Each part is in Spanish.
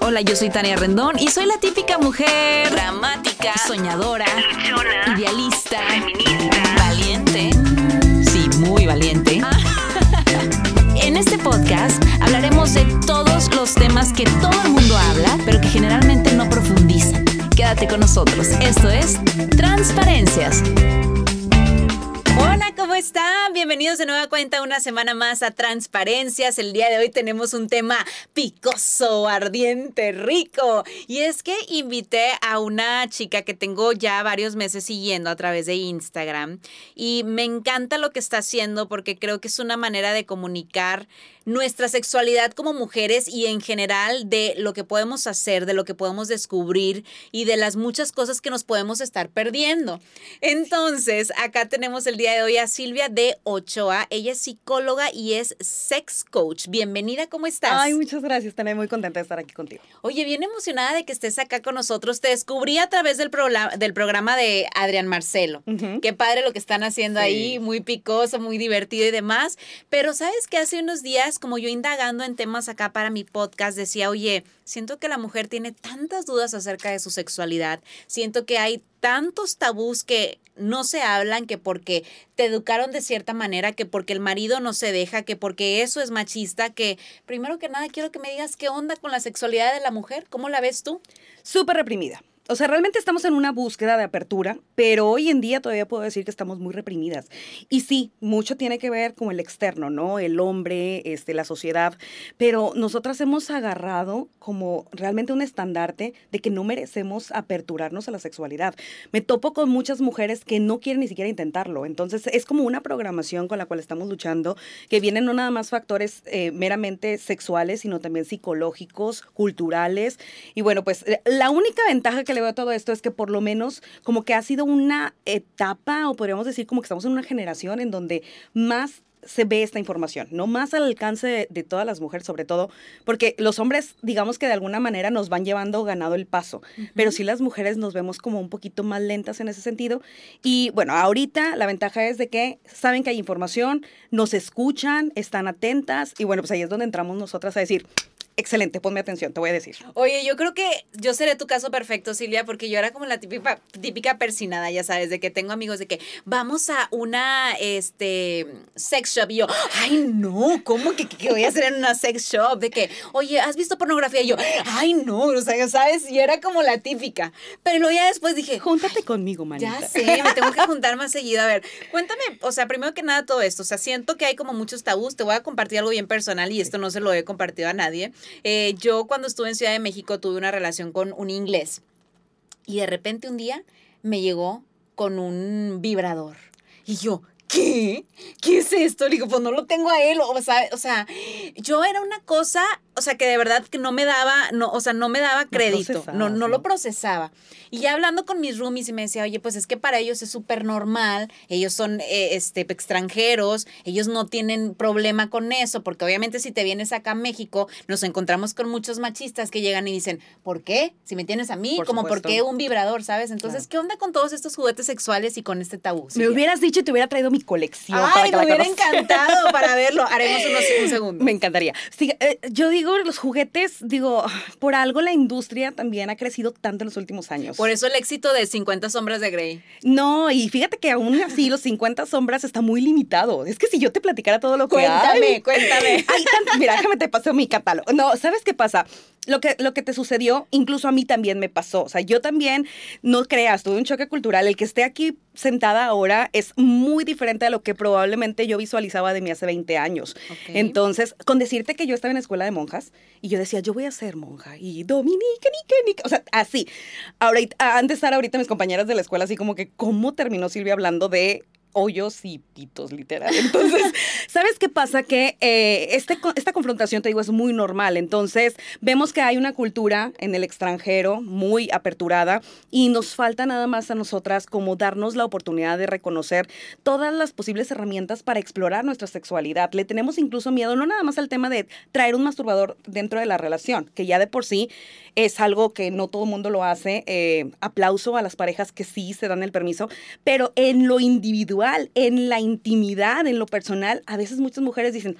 Hola, yo soy Tania Rendón y soy la típica mujer dramática, soñadora, luchona, idealista, feminista, valiente. Sí, muy valiente. En este podcast hablaremos de todos los temas que todo el mundo habla, pero que generalmente no profundizan. Quédate con nosotros. Esto es Transparencias. Hola, ¿cómo están? Bienvenidos de nueva cuenta una semana más a Transparencias. El día de hoy tenemos un tema picoso, ardiente, rico. Y es que invité a una chica que tengo ya varios meses siguiendo a través de Instagram. Y me encanta lo que está haciendo porque creo que es una manera de comunicar nuestra sexualidad como mujeres y en general de lo que podemos hacer, de lo que podemos descubrir y de las muchas cosas que nos podemos estar perdiendo. Entonces, acá tenemos el día de hoy a Silvia de Ochoa. Ella es psicóloga y es sex coach. Bienvenida, ¿cómo estás? Ay, muchas gracias. También muy contenta de estar aquí contigo. Oye, bien emocionada de que estés acá con nosotros. Te descubrí a través del programa de Adrián Marcelo. Qué padre lo que están haciendo ahí, muy picoso, muy divertido y demás. Pero ¿sabes qué? Hace unos días, como yo indagando en temas acá para mi podcast, decía, oye, siento que la mujer tiene tantas dudas acerca de su sexualidad. Siento que hay tantos tabús que no se hablan, que porque te educaron de cierta manera, que porque el marido no se deja, que porque eso es machista, que primero que nada quiero que me digas qué onda con la sexualidad de la mujer. ¿Cómo la ves tú? Súper reprimida. O sea, realmente estamos en una búsqueda de apertura, pero hoy en día todavía puedo decir que estamos muy reprimidas. Y sí, mucho tiene que ver con el externo, ¿no? El hombre, la sociedad, pero nosotras hemos agarrado como realmente un estandarte de que no merecemos aperturarnos a la sexualidad. Me topo con muchas mujeres que no quieren ni siquiera intentarlo, entonces es como una programación con la cual estamos luchando, que vienen no nada más factores meramente sexuales, sino también psicológicos, culturales, y bueno, pues la única ventaja que le veo a todo esto es que por lo menos como que ha sido una etapa, o podríamos decir como que estamos en una generación en donde más se ve esta información, ¿no? Más al alcance de todas las mujeres, sobre todo, porque los hombres, digamos que de alguna manera nos van llevando ganado el paso, pero sí las mujeres nos vemos como un poquito más lentas en ese sentido. Y bueno, ahorita la ventaja es de que saben que hay información, nos escuchan, están atentas, y bueno, pues ahí es donde entramos nosotras a decir, excelente, ponme atención, te voy a decir. Oye, yo creo que yo seré tu caso perfecto, Silvia, porque yo era como la típica persinada, ya sabes, de que tengo amigos de que vamos a una sex shop y yo, ay no, ¿cómo que voy a hacer en una sex shop? De que, oye, ¿has visto pornografía? Y yo, ay no, o sea, ya sabes, yo era como la típica. Pero luego ya después dije, júntate conmigo, manita. Ya sé, me tengo que juntar más seguido. A ver, cuéntame, o sea, primero que nada todo esto, o sea, siento que hay como muchos tabús, te voy a compartir algo bien personal y esto no se lo he compartido a nadie. Yo cuando estuve en Ciudad de México tuve una relación con un inglés y de repente un día me llegó con un vibrador y yo, ¿qué? ¿Qué es esto? Le digo, pues no lo tengo a él, o sea, yo era una cosa, o sea, que de verdad que no me daba crédito, no lo procesaba. Y ya hablando con mis roomies y me decía, oye, pues es que para ellos es súper normal, ellos son extranjeros, ellos no tienen problema con eso, porque obviamente si te vienes acá a México, nos encontramos con muchos machistas que llegan y dicen, ¿por qué? Si me tienes a mí, como ¿por qué un vibrador, sabes? Entonces, ¿Qué onda con todos estos juguetes sexuales y con este tabú? Me hubieras dicho y te hubiera traído mi colección. Ay, me hubiera encantado para verlo. Haremos un segundo. Me encantaría. Sí, yo digo, los juguetes, por algo la industria también ha crecido tanto en los últimos años. Por eso el éxito de 50 sombras de Grey. No, y fíjate que aún así los 50 sombras está muy limitado. Es que si yo te platicara todo lo que hay. Cuéntame. Mira, déjame te paso mi catálogo. No, ¿sabes qué pasa? Lo que te sucedió, incluso a mí también me pasó. O sea, yo también, no creas, tuve un choque cultural. El que esté aquí sentada ahora es muy diferente a lo que probablemente yo visualizaba de mí hace 20 años. Okay. Entonces, con decirte que yo estaba en escuela de monjas y yo decía, yo voy a ser monja y dominica, o sea, así. Han de estar ahorita mis compañeras de la escuela así como que, ¿cómo terminó Silvia hablando de hoyos y pitos, literal? Entonces, ¿sabes qué pasa? Que esta confrontación, te digo, es muy normal. Entonces, vemos que hay una cultura en el extranjero muy aperturada y nos falta nada más a nosotras como darnos la oportunidad de reconocer todas las posibles herramientas para explorar nuestra sexualidad. Le tenemos incluso miedo, no nada más al tema de traer un masturbador dentro de la relación, que ya de por sí es algo que no todo el mundo lo hace. Aplauso a las parejas que sí se dan el permiso, pero en lo individual, en la intimidad, en lo personal, a veces muchas mujeres dicen, ay,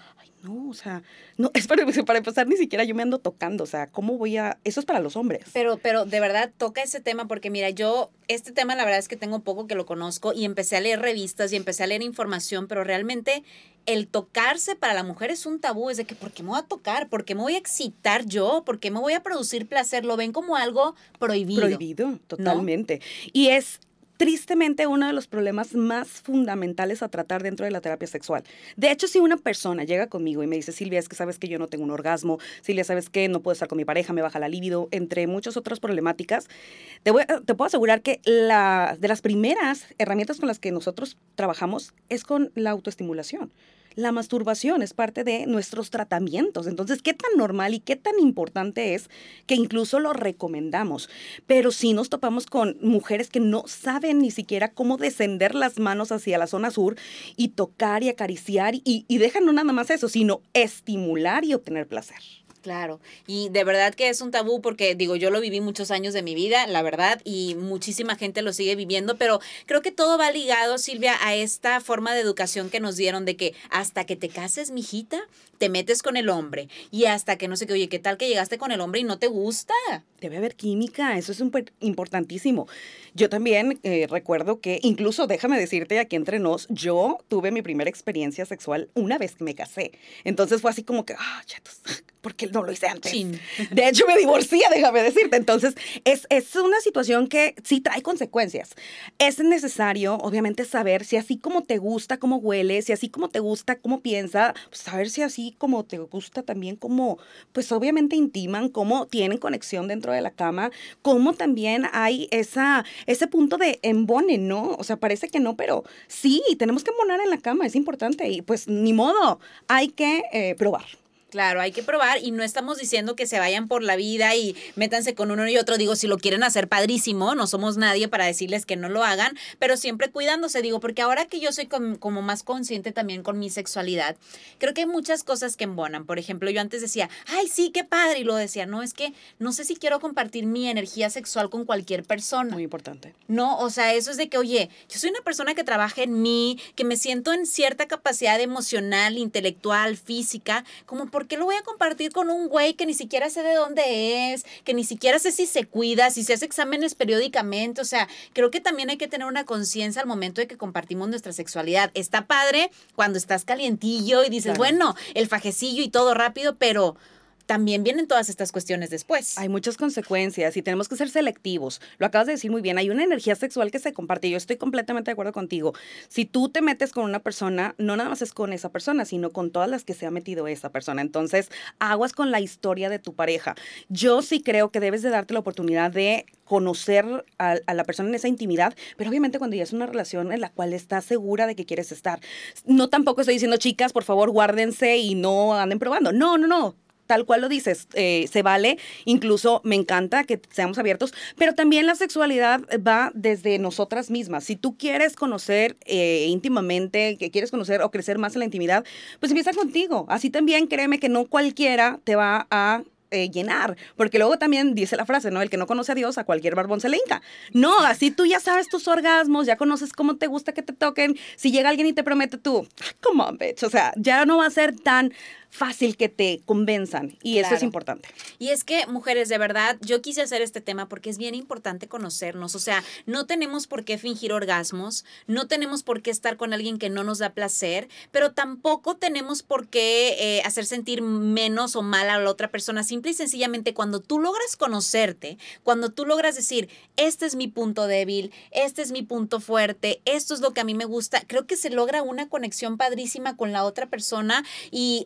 No, o sea, no, es para empezar, ni siquiera yo me ando tocando, o sea, ¿cómo voy a...? Eso es para los hombres. Pero de verdad toca ese tema porque mira, yo este tema la verdad es que tengo poco que lo conozco y empecé a leer revistas y empecé a leer información, pero realmente el tocarse para la mujer es un tabú, es de que ¿por qué me voy a tocar? ¿Por qué me voy a excitar yo? ¿Por qué me voy a producir placer? Lo ven como algo prohibido. Prohibido, totalmente. ¿No? Y es tristemente uno de los problemas más fundamentales a tratar dentro de la terapia sexual. De hecho, si una persona llega conmigo y me dice, Silvia, es que sabes que yo no tengo un orgasmo, Silvia, sabes que no puedo estar con mi pareja, me baja la libido, entre muchas otras problemáticas, te puedo asegurar que de las primeras herramientas con las que nosotros trabajamos es con la autoestimulación. La masturbación es parte de nuestros tratamientos. Entonces, ¿qué tan normal y qué tan importante es que incluso lo recomendamos? Pero sí nos topamos con mujeres que no saben ni siquiera cómo descender las manos hacia la zona sur y tocar y acariciar y dejan no nada más eso, sino estimular y obtener placer. Claro, y de verdad que es un tabú porque digo, yo lo viví muchos años de mi vida, la verdad, y muchísima gente lo sigue viviendo, pero creo que todo va ligado, Silvia, a esta forma de educación que nos dieron de que hasta que te cases, mijita, te metes con el hombre y hasta que no sé qué, oye, ¿qué tal que llegaste con el hombre y no te gusta? Debe haber química, eso es importantísimo. Yo también recuerdo que, incluso déjame decirte aquí entre nos, yo tuve mi primera experiencia sexual una vez que me casé. Entonces fue así como que, chatos, ¿por qué no lo hice antes? Chin. De hecho, me divorcié, déjame decirte. Entonces, es una situación que sí trae consecuencias. Es necesario, obviamente, saber si así como te gusta, cómo huele, si así como te gusta, cómo piensa, pues saber si así como te gusta también, cómo, pues obviamente intiman, cómo tienen conexión dentro de la cama, cómo también hay ese punto de embone, ¿no? O sea, parece que no, pero sí, tenemos que embonar en la cama, es importante y pues ni modo, hay que probar. Claro, hay que probar y no estamos diciendo que se vayan por la vida y métanse con uno y otro. Digo, si lo quieren hacer, padrísimo, no somos nadie para decirles que no lo hagan, pero siempre cuidándose, digo, porque ahora que yo soy como más consciente también con mi sexualidad, creo que hay muchas cosas que embonan. Por ejemplo, yo antes decía, ay, sí, qué padre, y lo decía, no, es que no sé si quiero compartir mi energía sexual con cualquier persona. Muy importante. No, o sea, eso es de que, oye, yo soy una persona que trabaja en mí, que me siento en cierta capacidad emocional, intelectual, física, como ¿por qué lo voy a compartir con un güey que ni siquiera sé de dónde es, que ni siquiera sé si se cuida, si se hace exámenes periódicamente? O sea, creo que también hay que tener una conciencia al momento de que compartimos nuestra sexualidad. Está padre cuando estás calientillo y dices, claro, bueno, el fajecillo y todo rápido, pero también vienen todas estas cuestiones después. Hay muchas consecuencias y tenemos que ser selectivos. Lo acabas de decir muy bien, hay una energía sexual que se comparte. Yo estoy completamente de acuerdo contigo. Si tú te metes con una persona, no nada más es con esa persona, sino con todas las que se ha metido esa persona. Entonces, aguas con la historia de tu pareja. Yo sí creo que debes de darte la oportunidad de conocer a la persona en esa intimidad, pero obviamente cuando ya es una relación en la cual estás segura de que quieres estar. No tampoco estoy diciendo, chicas, por favor, guárdense y no anden probando. No. Tal cual lo dices, se vale, incluso me encanta que seamos abiertos, pero también la sexualidad va desde nosotras mismas. Si tú quieres conocer íntimamente, que quieres conocer o crecer más en la intimidad, pues empieza contigo. Así también créeme que no cualquiera te va a llenar, porque luego también dice la frase, ¿no? El que no conoce a Dios, a cualquier barbón se le hinca. No, así tú ya sabes tus orgasmos, ya conoces cómo te gusta que te toquen. Si llega alguien y te promete tú, come on, bitch, o sea, ya no va a ser tan fácil que te convenzan y claro, eso es importante. Y es que, mujeres, de verdad, yo quise hacer este tema porque es bien importante conocernos, o sea, no tenemos por qué fingir orgasmos, no tenemos por qué estar con alguien que no nos da placer, pero tampoco tenemos por qué hacer sentir menos o mal a la otra persona. Simple y sencillamente, cuando tú logras conocerte, cuando tú logras decir, este es mi punto débil, este es mi punto fuerte, esto es lo que a mí me gusta, creo que se logra una conexión padrísima con la otra persona e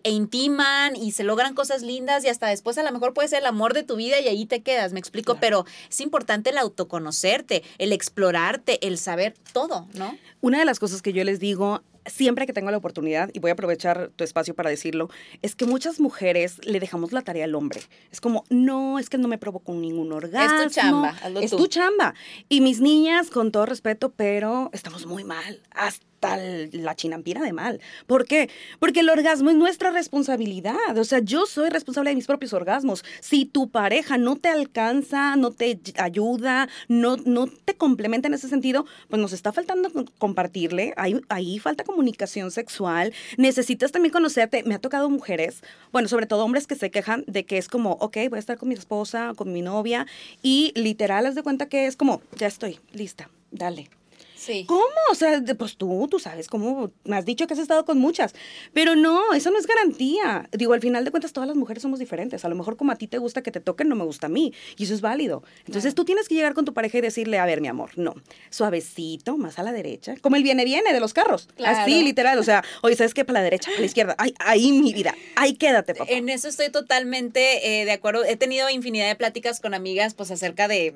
y se logran cosas lindas y hasta después a lo mejor puede ser el amor de tu vida y ahí te quedas, me explico, claro, pero es importante el autoconocerte, el explorarte, el saber todo, ¿no? Una de las cosas que yo les digo siempre que tengo la oportunidad, y voy a aprovechar tu espacio para decirlo, es que muchas mujeres le dejamos la tarea al hombre. Es como, no, es que no me provocó ningún orgasmo. Es tu chamba, hazlo es tú. Tu chamba. Y mis niñas, con todo respeto, pero estamos muy mal. Hasta hasta la chinampina de mal. ¿Por qué? Porque el orgasmo es nuestra responsabilidad. O sea, yo soy responsable de mis propios orgasmos. Si tu pareja no te alcanza, no te ayuda, no te complementa en ese sentido, pues nos está faltando compartirle. Ahí falta comunicación sexual. Necesitas también conocerte. Me ha tocado mujeres, bueno, sobre todo hombres que se quejan de que es como, ok, voy a estar con mi esposa, con mi novia, y literal, haz de cuenta que es como, ya estoy lista, dale. Sí. ¿Cómo? O sea, pues tú sabes cómo, me has dicho que has estado con muchas, pero no, eso no es garantía. Digo, al final de cuentas todas las mujeres somos diferentes. A lo mejor como a ti te gusta que te toquen, no me gusta a mí, y eso es válido. Entonces tú tienes que llegar con tu pareja y decirle, a ver, mi amor, no, suavecito, más a la derecha, como el viene de los carros, Claro. así literal, o sea, oye, ¿sabes qué? Para la derecha, para la izquierda, ahí mi vida, ahí quédate, papá. En eso estoy totalmente de acuerdo. He tenido infinidad de pláticas con amigas, pues acerca de...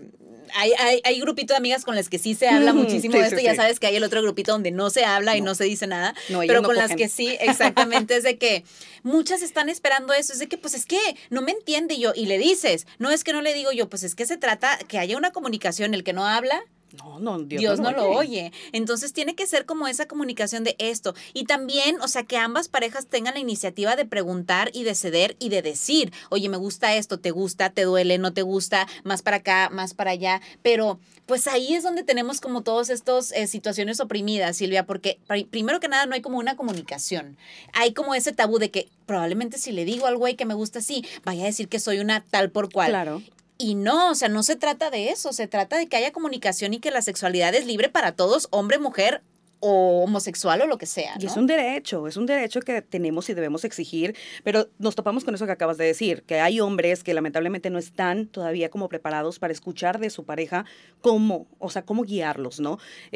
Hay grupito de amigas con las que sí se habla muchísimo Sí, de esto. sí, Ya sí. sabes que hay el otro grupito donde no se habla y no se dice nada. No, ellos pero no con las cogen. que sí, exactamente, es de que muchas están esperando eso. Es de que, pues es que no me entiende yo. Y le dices, no es que no le digo yo, pues es que se trata que haya una comunicación. El que no habla, No, Dios no lo oye. Entonces tiene que ser como esa comunicación de esto. Y también, o sea, que ambas parejas tengan la iniciativa de preguntar y de ceder y de decir, oye, me gusta esto, te gusta, te duele, no te gusta, más para acá, más para allá. Pero pues ahí es donde tenemos como todas estas situaciones oprimidas, Silvia, porque primero que nada no hay como una comunicación. Hay como ese tabú de que probablemente si le digo al güey que me gusta así, vaya a decir que soy una tal por cual. Claro. Y no, o sea, no se trata de eso, se trata de que haya comunicación y que la sexualidad es libre para todos, hombre, mujer o homosexual o lo que sea, ¿no? Y es un derecho que tenemos y debemos exigir, pero nos topamos con eso que acabas de decir, que hay hombres que lamentablemente no están todavía como preparados para escuchar de su pareja cómo guiarlos, ¿no?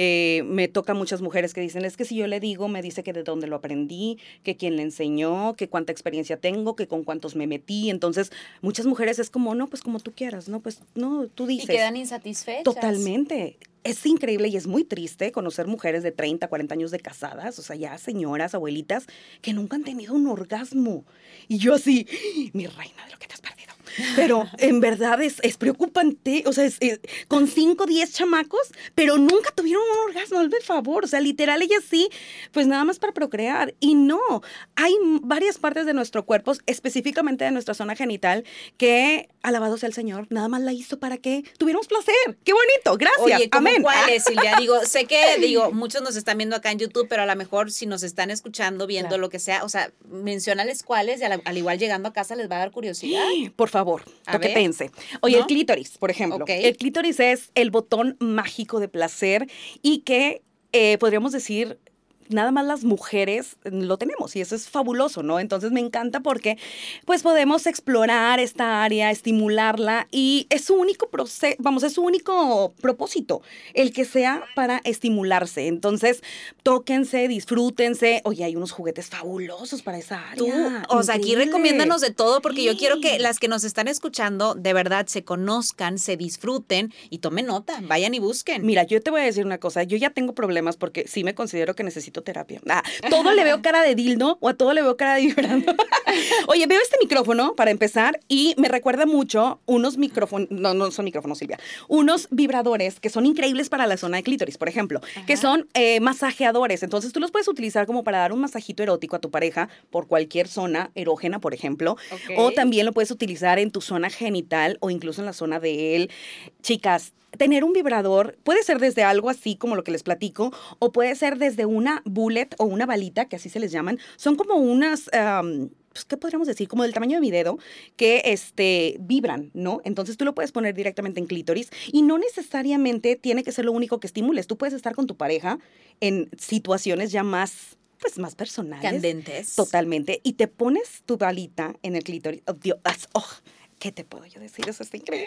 Me toca muchas mujeres que dicen, es que si yo le digo, me dice que de dónde lo aprendí, que quién le enseñó, que cuánta experiencia tengo, que con cuántos me metí. Entonces, muchas mujeres es como, no, pues como tú quieras, no, pues no, tú dices. Y quedan insatisfechas. Totalmente. Es increíble y es muy triste conocer mujeres de 30, 40 años de casadas, o sea, ya señoras, abuelitas, que nunca han tenido un orgasmo. Y yo así, mi reina, de lo que te has perdido. Pero en verdad es preocupante, o sea, con 5, 10 chamacos, pero nunca tuvieron un orgasmo, hazme el favor, o sea, literal, ellas sí, pues nada más para procrear. Y no, hay varias partes de nuestro cuerpo, específicamente de nuestra zona genital, que, alabado sea el Señor, nada más la hizo para que tuviéramos placer. ¡Qué bonito! Gracias. Oye, ¿cómo amén. cuáles, Silvia? Sé que, muchos nos están viendo acá en YouTube, pero a lo mejor si nos están escuchando, viendo Claro. lo que sea, o sea, menciónales cuáles y al igual llegando a casa les va a dar curiosidad. Por favor, A toquetense. Oye, ¿no? el clítoris, por ejemplo. Ok. El clítoris es el botón mágico de placer y que podríamos decir nada más las mujeres lo tenemos y eso es fabuloso, ¿no? Entonces me encanta porque pues podemos explorar esta área, estimularla y es su único proceso, es su único propósito, el que sea para estimularse. Entonces, tóquense, disfrútense. Oye, hay unos juguetes fabulosos para esa área. Tú, o sea, aquí Increíble. recomiéndanos de todo porque yo quiero que las que nos están escuchando de verdad se conozcan, se disfruten y tomen nota, vayan y busquen. Mira, yo te voy a decir una cosa, yo ya tengo problemas porque sí me considero que necesito terapia. Todo le veo cara de dildo o a todo le veo cara de vibrando. Oye, veo este micrófono para empezar y me recuerda mucho unos micrófonos, no son micrófonos, Silvia, unos vibradores que son increíbles para la zona de clítoris, por ejemplo, que son masajeadores. Entonces tú los puedes utilizar como para dar un masajito erótico a tu pareja por cualquier zona erógena, por ejemplo, o también lo puedes utilizar en tu zona genital o incluso en la zona de él. Chicas, tener un vibrador puede ser desde algo así como lo que les platico, o puede ser desde una bullet o una balita, que así se les llaman. Son como unas, pues, ¿qué podríamos decir? Como del tamaño de mi dedo, que vibran, ¿no? Entonces tú lo puedes poner directamente en clítoris y no necesariamente tiene que ser lo único que estimules. Tú puedes estar con tu pareja en situaciones ya más más personales. Candentes. Totalmente. Y te pones tu balita en el clítoris. Oh, Dios, ¿qué te puedo yo decir? Eso está increíble.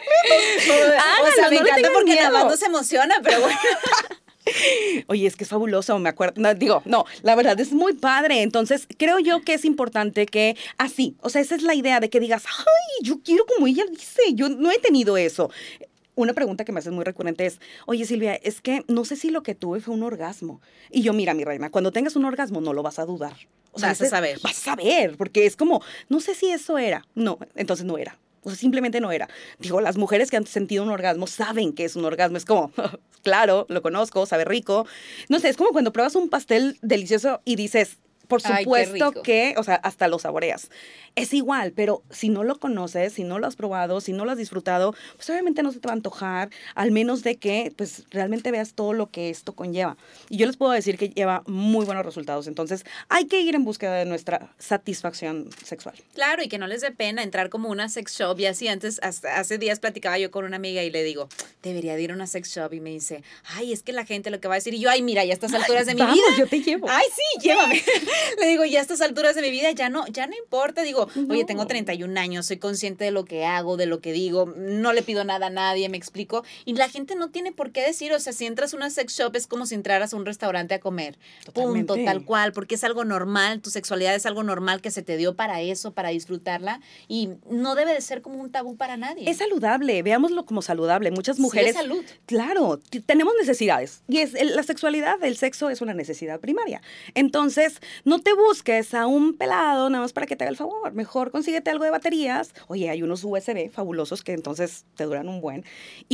O sea, me encanta porque nada más no se emociona, pero bueno. Oye, es que es fabuloso, me acuerdo. No, la verdad es muy padre. Entonces, creo yo que es importante que así, o sea, esa es la idea de que digas, ay, yo quiero como ella dice, yo no he tenido eso. Una pregunta que me haces muy recurrente es, oye, Silvia, es que no sé si lo que tuve fue un orgasmo. Y yo, mira, mi reina, cuando tengas un orgasmo no lo vas a dudar. O sea, vas a saber. Vas a saber, porque es como, no sé si eso era. No, entonces no era. O sea, simplemente no era. Digo, las mujeres que han sentido un orgasmo saben que es un orgasmo. Es como, claro, lo conozco, sabe rico. No sé, es como cuando pruebas un pastel delicioso y dices, por Ay, qué supuesto rico. que, o sea, hasta lo saboreas. Es igual, pero si no lo conoces, si no lo has probado, si no lo has disfrutado, pues obviamente no se te va a antojar, al menos de que, pues, realmente veas todo lo que esto conlleva. Y yo les puedo decir que lleva muy buenos resultados. Entonces, hay que ir en búsqueda de nuestra satisfacción sexual. Claro, y que no les dé pena entrar como una sex shop. Y así antes, hasta hace días platicaba yo con una amiga y le digo, debería de ir a una sex shop. Y me dice, ay, es que la gente lo que va a decir. Y yo, ay, mira, ya a estas alturas de mi Vamos, vida. yo te llevo. Ay, sí, llévame. Le digo, ya a estas alturas de mi vida ya no importa. Digo, oye, tengo No. 31 años, soy consciente de lo que hago, de lo que digo, no le pido nada a nadie, me explico. Y la gente no tiene por qué decir, o sea, si entras a una sex shop es como si entraras a un restaurante a comer. Punto, Totalmente. tal cual, porque es algo normal, tu sexualidad es algo normal que se te dio para eso, para disfrutarla, y no debe de ser como un tabú para nadie. Es saludable, veámoslo como saludable. Muchas Sí, mujeres, es salud. claro, tenemos necesidades y la sexualidad, el sexo es una necesidad primaria. Entonces, no te busques a un pelado nada más para que te haga el favor. Mejor consíguete algo de baterías. Oye, hay unos USB fabulosos que entonces te duran un buen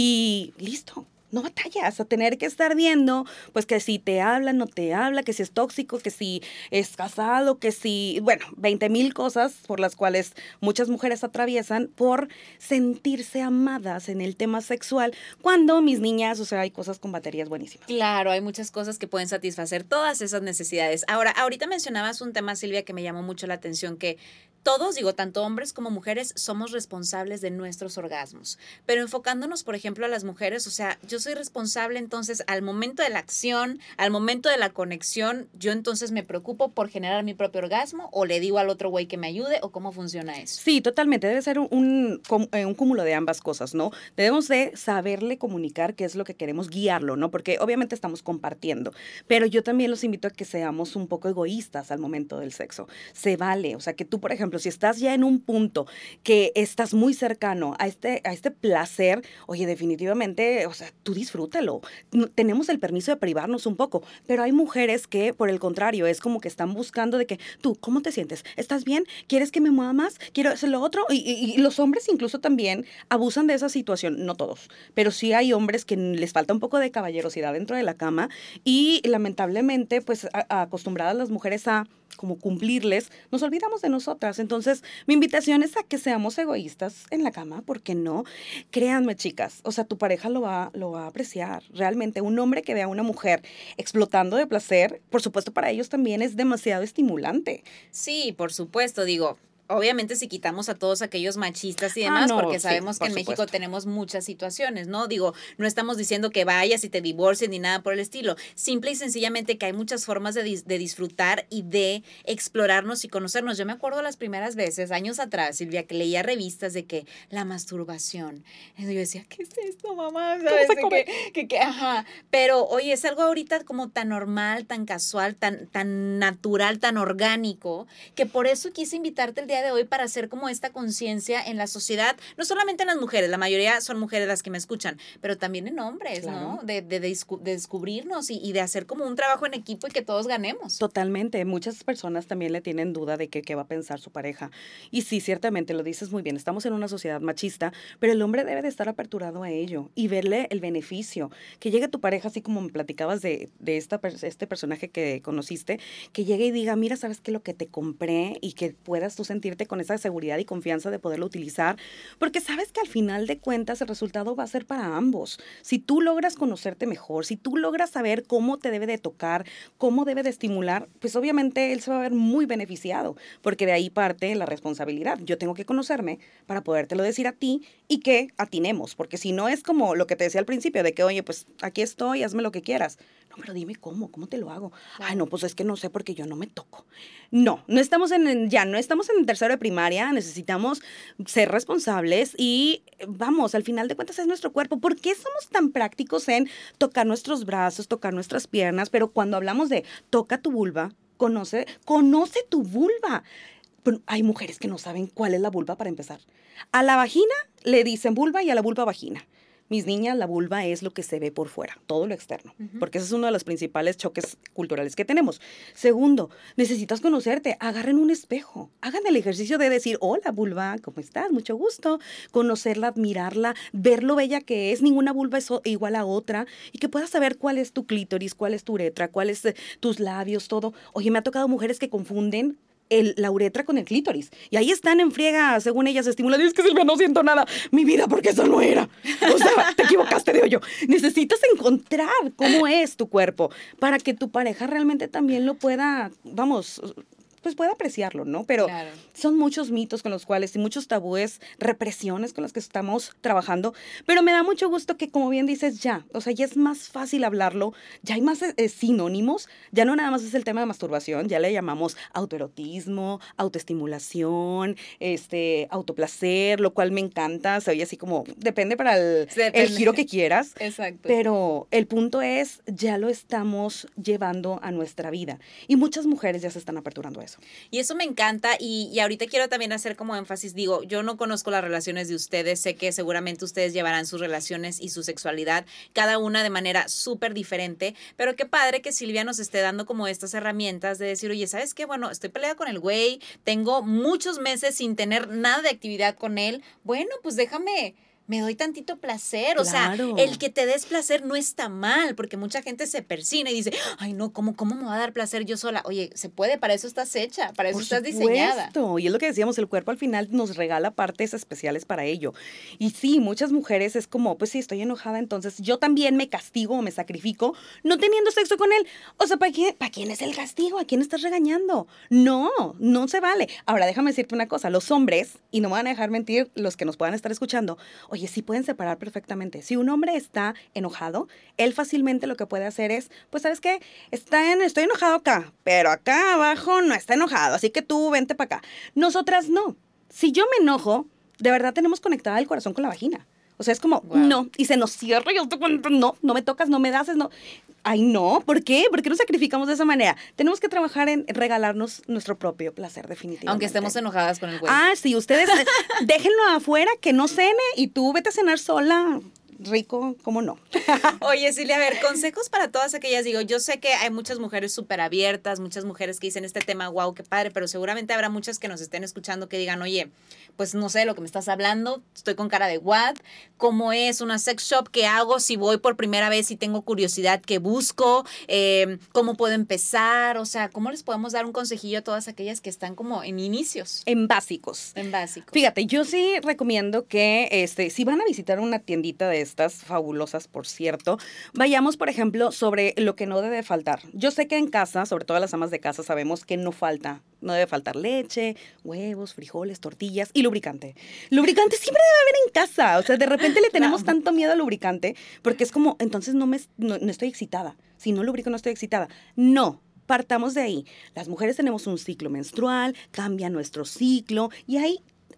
y listo. No batallas a tener que estar viendo, pues que si te habla, no te habla, que si es tóxico, que si es casado, que si, bueno, 20,000 cosas por las cuales muchas mujeres atraviesan por sentirse amadas en el tema sexual, cuando mis niñas, o sea, hay cosas con baterías buenísimas. Claro, hay muchas cosas que pueden satisfacer todas esas necesidades. Ahora, ahorita mencionabas un tema, Silvia, que me llamó mucho la atención, que todos, digo, tanto hombres como mujeres, somos responsables de nuestros orgasmos. Pero enfocándonos, por ejemplo, a las mujeres, o sea, yo soy responsable entonces al momento de la acción, al momento de la conexión, yo entonces me preocupo por generar mi propio orgasmo o le digo al otro güey que me ayude o cómo funciona eso. Sí, totalmente. Debe ser un cúmulo de ambas cosas, ¿no? Debemos de saberle comunicar qué es lo que queremos, guiarlo, ¿no? Porque obviamente estamos compartiendo, pero yo también los invito a que seamos un poco egoístas al momento del sexo. Se vale, o sea, que tú, por ejemplo, si estás ya en un punto que estás muy cercano a este placer, oye, definitivamente, o sea, tú disfrútalo. Tenemos el permiso de privarnos un poco, pero hay mujeres que, por el contrario, es como que están buscando de que, tú, ¿cómo te sientes? ¿Estás bien? ¿Quieres que me mueva más? ¿Quiero hacer lo otro? Y los hombres incluso también abusan de esa situación, no todos, pero sí hay hombres que les falta un poco de caballerosidad dentro de la cama y lamentablemente, pues acostumbradas las mujeres a como cumplirles, nos olvidamos de nosotras. Entonces, mi invitación es a que seamos egoístas en la cama, ¿por qué no? Créanme, chicas, o sea, tu pareja lo va a apreciar. Realmente, un hombre que vea a una mujer explotando de placer, por supuesto, para ellos también es demasiado estimulante. Sí, por supuesto, digo, obviamente si quitamos a todos aquellos machistas y demás, No, porque sí, sabemos que por en México supuesto. tenemos muchas situaciones, ¿no? Digo, no estamos diciendo que vayas y te divorcies ni nada por el estilo, simple y sencillamente que hay muchas formas de disfrutar y de explorarnos y conocernos. Yo me acuerdo las primeras veces, años atrás, Silvia, que leía revistas de que la masturbación, y yo decía, ¿qué es esto, mamá? ¿Sabes? se De come? ajá, pero oye, es algo ahorita como tan normal, tan casual, tan natural, tan orgánico, que por eso quise invitarte el día de hoy para hacer como esta conciencia en la sociedad, no solamente en las mujeres, la mayoría son mujeres las que me escuchan, pero también en hombres, Claro. ¿no? De descubrirnos y de hacer como un trabajo en equipo y que todos ganemos. Totalmente. Muchas personas también le tienen duda de qué va a pensar su pareja. Y sí, ciertamente, lo dices muy bien, estamos en una sociedad machista, pero el hombre debe de estar aperturado a ello y verle el beneficio. Que llegue tu pareja, así como me platicabas de este personaje que conociste, que llegue y diga, mira, ¿sabes qué? Lo que te compré y que puedas tú sentirte con esa seguridad y confianza de poderlo utilizar, porque sabes que al final de cuentas el resultado va a ser para ambos. Si tú logras conocerte mejor, si tú logras saber cómo te debe de tocar, cómo debe de estimular, pues obviamente él se va a ver muy beneficiado, porque de ahí parte la responsabilidad. Yo tengo que conocerme para podértelo decir a ti y que atinemos, porque si no es como lo que te decía al principio, de que, oye, pues aquí estoy, hazme lo que quieras. No, pero dime cómo te lo hago. Ay, no, pues es que no sé porque yo no me toco. No estamos no estamos en tercero de primaria, necesitamos ser responsables y vamos, al final de cuentas es nuestro cuerpo. ¿Por qué somos tan prácticos en tocar nuestros brazos, tocar nuestras piernas? Pero cuando hablamos de toca tu vulva, conoce tu vulva. Pero hay mujeres que no saben cuál es la vulva para empezar. A la vagina le dicen vulva y a la vulva vagina. mis niñas, la vulva es lo que se ve por fuera, todo lo externo, porque ese es uno de los principales choques culturales que tenemos. Segundo, necesitas conocerte, agarren un espejo, hagan el ejercicio de decir, hola vulva, ¿cómo estás? Mucho gusto, conocerla, admirarla, ver lo bella que es, ninguna vulva es igual a otra, y que puedas saber cuál es tu clítoris, cuál es tu uretra, cuál es tus labios, todo. Oye, me ha tocado mujeres que confunden la uretra con el clítoris. Y ahí están en friega, según ellas, estimulan. Es que Silvia, no siento nada. Mi vida, porque eso no era. O sea, te equivocaste de hoyo. Necesitas encontrar cómo es tu cuerpo para que tu pareja realmente también lo pueda, vamos, pues pueda apreciarlo, ¿no? Pero claro, son muchos mitos con los cuales y muchos tabúes, represiones con las que estamos trabajando, pero me da mucho gusto que, como bien dices, ya, o sea, ya es más fácil hablarlo, ya hay más sinónimos, ya no nada más es el tema de masturbación, ya le llamamos autoerotismo, autoestimulación, autoplacer, lo cual me encanta, se oye así como, depende para el giro que quieras. Exacto. Pero el punto es, ya lo estamos llevando a nuestra vida y muchas mujeres ya se están aperturando a eso. Y eso me encanta y ahorita quiero también hacer como énfasis, digo, yo no conozco las relaciones de ustedes, sé que seguramente ustedes llevarán sus relaciones y su sexualidad, cada una de manera súper diferente, pero qué padre que Silvia nos esté dando como estas herramientas de decir, oye, ¿sabes qué? Bueno, estoy peleada con el güey, tengo muchos meses sin tener nada de actividad con él, bueno, pues me doy tantito placer, o claro, sea, el que te des placer no está mal, porque mucha gente se persina y dice, ay no, ¿cómo me va a dar placer yo sola? Oye, se puede, para eso estás hecha, para eso estás diseñada. Y es lo que decíamos, el cuerpo al final nos regala partes especiales para ello. Y sí, muchas mujeres es como, pues sí, estoy enojada, entonces yo también me castigo o me sacrifico no teniendo sexo con él. O sea, ¿para quién es el castigo? ¿A quién estás regañando? No se vale. Ahora, déjame decirte una cosa, los hombres, y no me van a dejar mentir los que nos puedan estar escuchando, oye, sí pueden separar perfectamente. Si un hombre está enojado, él fácilmente lo que puede hacer es, pues, ¿sabes qué? Estoy enojado acá, pero acá abajo no está enojado, así que tú vente para acá. Nosotras no. Si yo me enojo, de verdad tenemos conectada el corazón con la vagina. O sea, es como, wow, no, y se nos cierra y no me tocas, no me das, no. Ay, no, ¿por qué? ¿Por qué nos sacrificamos de esa manera? Tenemos que trabajar en regalarnos nuestro propio placer, definitivamente. Aunque estemos enojadas con el güey. Ah, sí, ustedes déjenlo afuera, que no cene, y tú vete a cenar sola. Rico, ¿cómo no? Oye, Silvia, a ver, consejos para todas aquellas. Digo, yo sé que hay muchas mujeres súper abiertas, muchas mujeres que dicen este tema, wow, qué padre, pero seguramente habrá muchas que nos estén escuchando que digan, oye, pues no sé de lo que me estás hablando, estoy con cara de what, ¿cómo es una sex shop? ¿Qué hago si voy por primera vez y tengo curiosidad? ¿Qué busco? ¿Cómo puedo empezar? O sea, ¿cómo les podemos dar un consejillo a todas aquellas que están como en inicios? En básicos. En básicos. Fíjate, yo sí recomiendo que si van a visitar una tiendita de estas fabulosas, por cierto, vayamos, por ejemplo, sobre lo que no debe faltar. Yo sé que en casa, sobre todo las amas de casa, sabemos que no debe faltar leche, huevos, frijoles, tortillas y lubricante. Lubricante siempre debe haber en casa. O sea, de repente le tenemos tanto miedo al lubricante porque es como, entonces no estoy excitada. Si no lubrico, no estoy excitada. No. Partamos de ahí. Las mujeres tenemos un ciclo menstrual, cambia nuestro ciclo y hay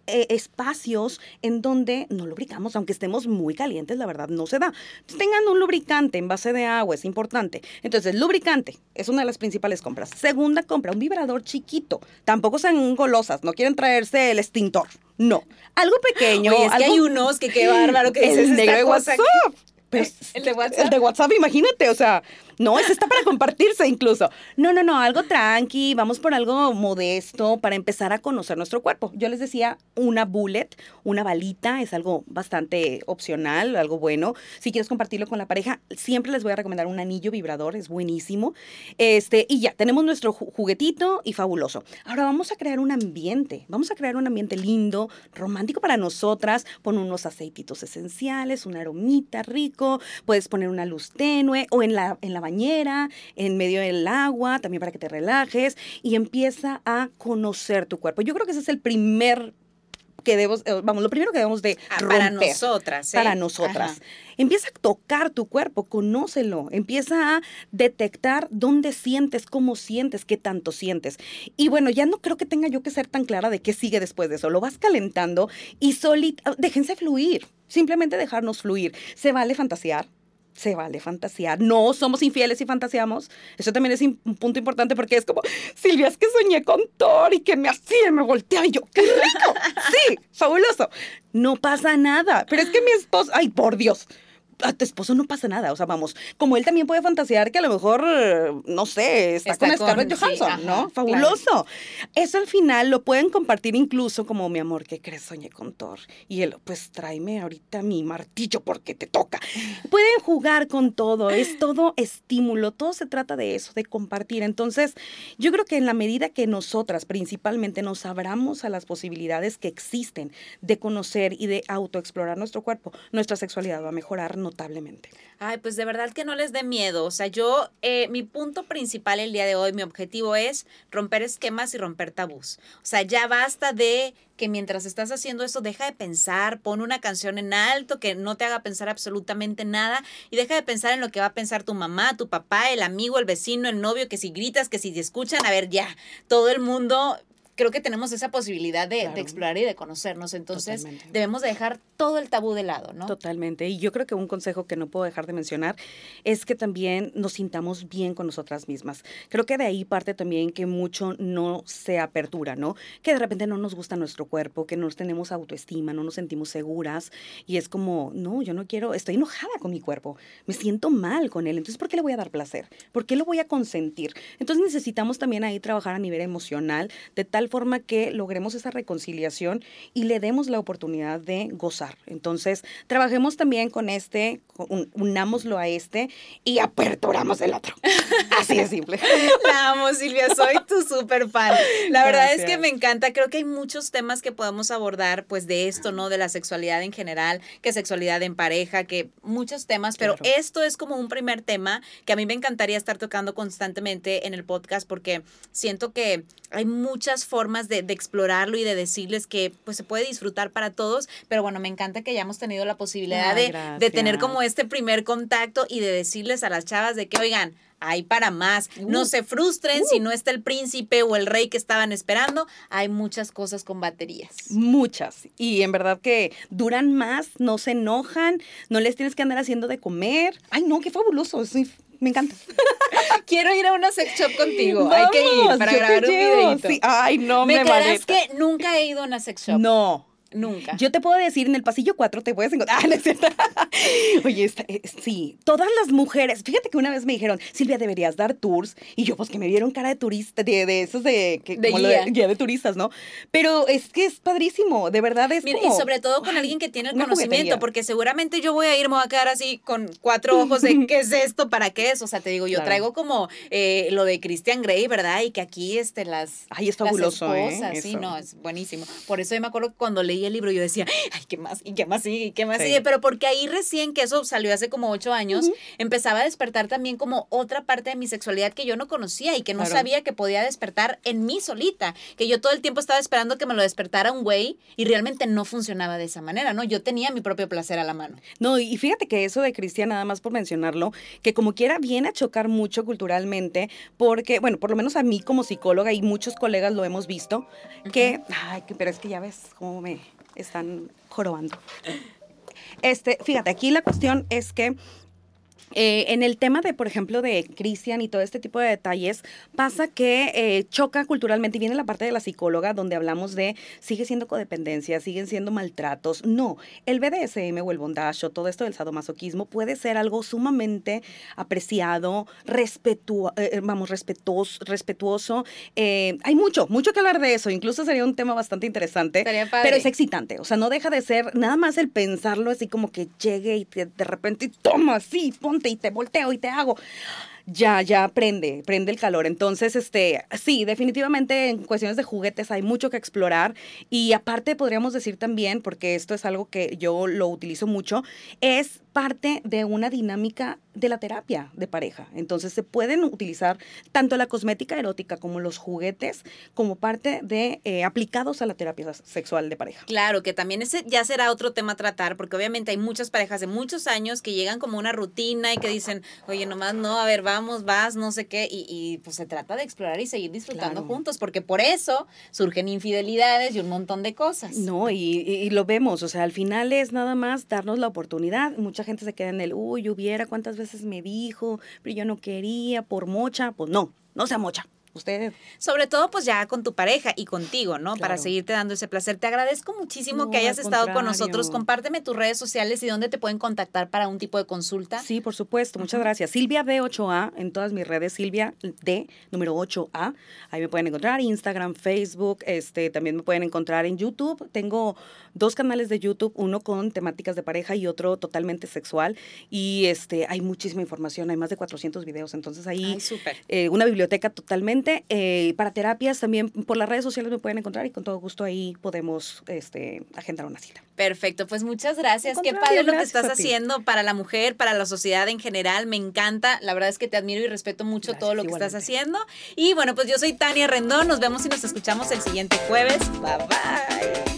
espacios en donde no lubricamos, aunque estemos muy calientes, la verdad no se da. Entonces, tengan un lubricante en base de agua, es importante. Entonces, lubricante es una de las principales compras. Segunda compra, un vibrador chiquito. Tampoco sean golosas, no quieren traerse el extintor. No, algo pequeño. Oye, es que hay unos que qué bárbaro que dices el negro de WhatsApp. Pues, ¿el de WhatsApp? El de WhatsApp, imagínate, o sea, no, ese está para compartirse incluso. No, algo tranqui, vamos por algo modesto para empezar a conocer nuestro cuerpo. Yo les decía, una bullet, una balita, es algo bastante opcional, algo bueno. Si quieres compartirlo con la pareja, siempre les voy a recomendar un anillo vibrador, es buenísimo. Y ya, tenemos nuestro juguetito y fabuloso. Ahora vamos a crear un ambiente lindo, romántico para nosotras. Pon unos aceititos esenciales, una aromita rico, puedes poner una luz tenue o en la bañera, en medio del agua, también para que te relajes y empieza a conocer tu cuerpo. Yo creo que ese es el primer lo primero que debemos de romper. Para nosotras, ¿eh? Para nosotras. Ajá. Empieza a tocar tu cuerpo, conócelo, empieza a detectar dónde sientes, cómo sientes, qué tanto sientes. Y bueno, ya no creo que tenga yo que ser tan clara de qué sigue después de eso. Lo vas calentando y déjense fluir, simplemente dejarnos fluir. Se vale fantasear. No somos infieles si fantaseamos. Eso también es un punto importante porque es como, Silvia, es que soñé con Thor y que me hacía, me volteaba y yo, ¡qué rico! Sí, fabuloso. No pasa nada. Pero es que mi esposo, ay, por Dios. a tu esposo no pasa nada, o sea, vamos, como él también puede fantasear que a lo mejor, no sé, está con Scarlett Johansson, sí, ¿no? ajá, Fabuloso. claro. Eso al final lo pueden compartir incluso como, mi amor, ¿qué crees? Soñé con Thor. Y él, pues tráeme ahorita mi martillo porque te toca. Pueden jugar con todo, es todo estímulo, todo se trata de eso, de compartir. Entonces, yo creo que en la medida que nosotras principalmente nos abramos a las posibilidades que existen de conocer y de autoexplorar nuestro cuerpo, nuestra sexualidad va a mejorar notablemente. Ay, pues de verdad que no les dé miedo. O sea, mi punto principal el día de hoy, mi objetivo es romper esquemas y romper tabús. O sea, ya basta de que mientras estás haciendo eso, deja de pensar, pon una canción en alto que no te haga pensar absolutamente nada y deja de pensar en lo que va a pensar tu mamá, tu papá, el amigo, el vecino, el novio, que si gritas, que si te escuchan, a ver, ya, todo el mundo. Creo que tenemos esa posibilidad de Claro. explorar y de conocernos. Entonces, Totalmente. debemos de dejar todo el tabú de lado, ¿no? Totalmente. Y yo creo que un consejo que no puedo dejar de mencionar es que también nos sintamos bien con nosotras mismas. Creo que de ahí parte también que mucho no se apertura, ¿no? Que de repente no nos gusta nuestro cuerpo, que no tenemos autoestima, no nos sentimos seguras y es como, no, yo no quiero, estoy enojada con mi cuerpo, me siento mal con él, entonces ¿por qué le voy a dar placer? ¿Por qué lo voy a consentir? Entonces necesitamos también ahí trabajar a nivel emocional de tal forma que logremos esa reconciliación y le demos la oportunidad de gozar. Entonces, trabajemos también con unámoslo a y aperturamos el otro. Así de simple. La amo, Silvia, soy tu súper fan. La verdad es que Gracias. me encanta, creo que hay muchos temas que podemos abordar, pues de esto, ¿no? De la sexualidad en general, que sexualidad en pareja, que muchos temas, pero Claro. esto es como un primer tema que a mí me encantaría estar tocando constantemente en el podcast porque siento que hay muchas formas de explorarlo y de decirles que pues se puede disfrutar para todos, pero bueno, me encanta que hayamos tenido la posibilidad Ay, de tener como gracias. este primer contacto y de decirles a las chavas de que, oigan, hay para más. No se frustren si no está el príncipe o el rey que estaban esperando. Hay muchas cosas con baterías. Muchas. Y en verdad que duran más, no se enojan, no les tienes que andar haciendo de comer. Ay, no, qué fabuloso. Me encanta. Quiero ir a una sex shop contigo. Hay que ir Vamos, para yo te grabar un llevo. videito. Sí. Ay, no, ¿Me me creerás maleta. que nunca he ido a una sex shop? No. Nunca. Yo te puedo decir, en el pasillo 4 te puedes encontrar. Ah, no es cierto. Oye, sí, todas las mujeres, fíjate que una vez me dijeron, Silvia, deberías dar tours. Y yo, pues que me vieron cara de turista, de esos De como guía. guía de turistas, ¿no? Pero es que es padrísimo, de verdad es Mira, como. y sobre todo con ay, alguien que tiene el una conocimiento, juguetería. porque seguramente yo voy a ir, me voy a quedar así con 4 ojos de qué es esto, para qué es. O sea, te digo, yo Claro. traigo como lo de Christian Grey, ¿verdad? Y que aquí Ay, es las fabuloso, esposas, sí, eso. no, es buenísimo. Por eso yo me acuerdo que cuando leí el libro yo decía, ay, ¿qué más? ¿Y qué más sigue? ¿Y qué más Sí. sigue? Pero porque ahí recién, que eso salió hace como 8 años, empezaba a despertar también como otra parte de mi sexualidad que yo no conocía y que no Claro. sabía que podía despertar en mí solita, que yo todo el tiempo estaba esperando que me lo despertara un güey y realmente no funcionaba de esa manera, ¿no? Yo tenía mi propio placer a la mano. No, y fíjate que eso de Cristian, nada más por mencionarlo, que como quiera viene a chocar mucho culturalmente, porque, bueno, por lo menos a mí como psicóloga y muchos colegas lo hemos visto, que, ay, pero es que ya ves cómo me están jorobando. Fíjate, aquí la cuestión es que en el tema de, por ejemplo, de Cristian y todo este tipo de detalles, pasa que choca culturalmente y viene la parte de la psicóloga donde hablamos de sigue siendo codependencia, siguen siendo maltratos. No, el BDSM o el bondage o todo esto del sadomasoquismo puede ser algo sumamente apreciado, respetuoso. Hay mucho que hablar de eso, incluso sería un tema bastante interesante, Estaría padre. pero es excitante, o sea, no deja de ser nada más el pensarlo así como que llegue y de repente toma así, ponte y te volteo y te hago. Ya prende el calor. Entonces, sí, definitivamente en cuestiones de juguetes hay mucho que explorar y aparte podríamos decir también, porque esto es algo que yo lo utilizo mucho, es parte de una dinámica de la terapia de pareja. Entonces, se pueden utilizar tanto la cosmética erótica como los juguetes como parte de aplicados a la terapia sexual de pareja. Claro, que también ese ya será otro tema a tratar, porque obviamente hay muchas parejas de muchos años que llegan como una rutina y que dicen, oye, nomás no, a ver, vamos, vas, no sé qué, y pues se trata de explorar y seguir disfrutando Claro. juntos, porque por eso surgen infidelidades y un montón de cosas. No, y lo vemos, o sea, al final es nada más darnos la oportunidad. Mucha gente se queda en el, uy, hubiera cuántas veces me dijo, pero yo no quería, por mocha. Pues no sea mocha. Usted. Sobre todo, pues ya con tu pareja y contigo, ¿no? Para Claro. seguirte dando ese placer. Te agradezco muchísimo No, que hayas al estado con nosotros. contrario. Compárteme tus redes sociales y dónde te pueden contactar para un tipo de consulta. Sí, por supuesto. Muchas gracias. Silvia D8A en todas mis redes. Silvia D, número 8A. Ahí me pueden encontrar. Instagram, Facebook. También me pueden encontrar en YouTube. Tengo 2 canales de YouTube, uno con temáticas de pareja y otro totalmente sexual. Y hay muchísima información. Hay más de 400 videos. Entonces ahí Ay, súper. una biblioteca totalmente. Para terapias también por las redes sociales me pueden encontrar y con todo gusto ahí podemos agendar una cita. Perfecto, pues muchas gracias. Al Qué contrario, padre lo que gracias estás a ti. haciendo para la mujer, para la sociedad en general. Me encanta. La verdad es que te admiro y respeto mucho Gracias, todo lo que estás igualmente. haciendo. Y bueno, pues yo soy Tania Rendón. Nos vemos y nos escuchamos el siguiente jueves. Bye bye.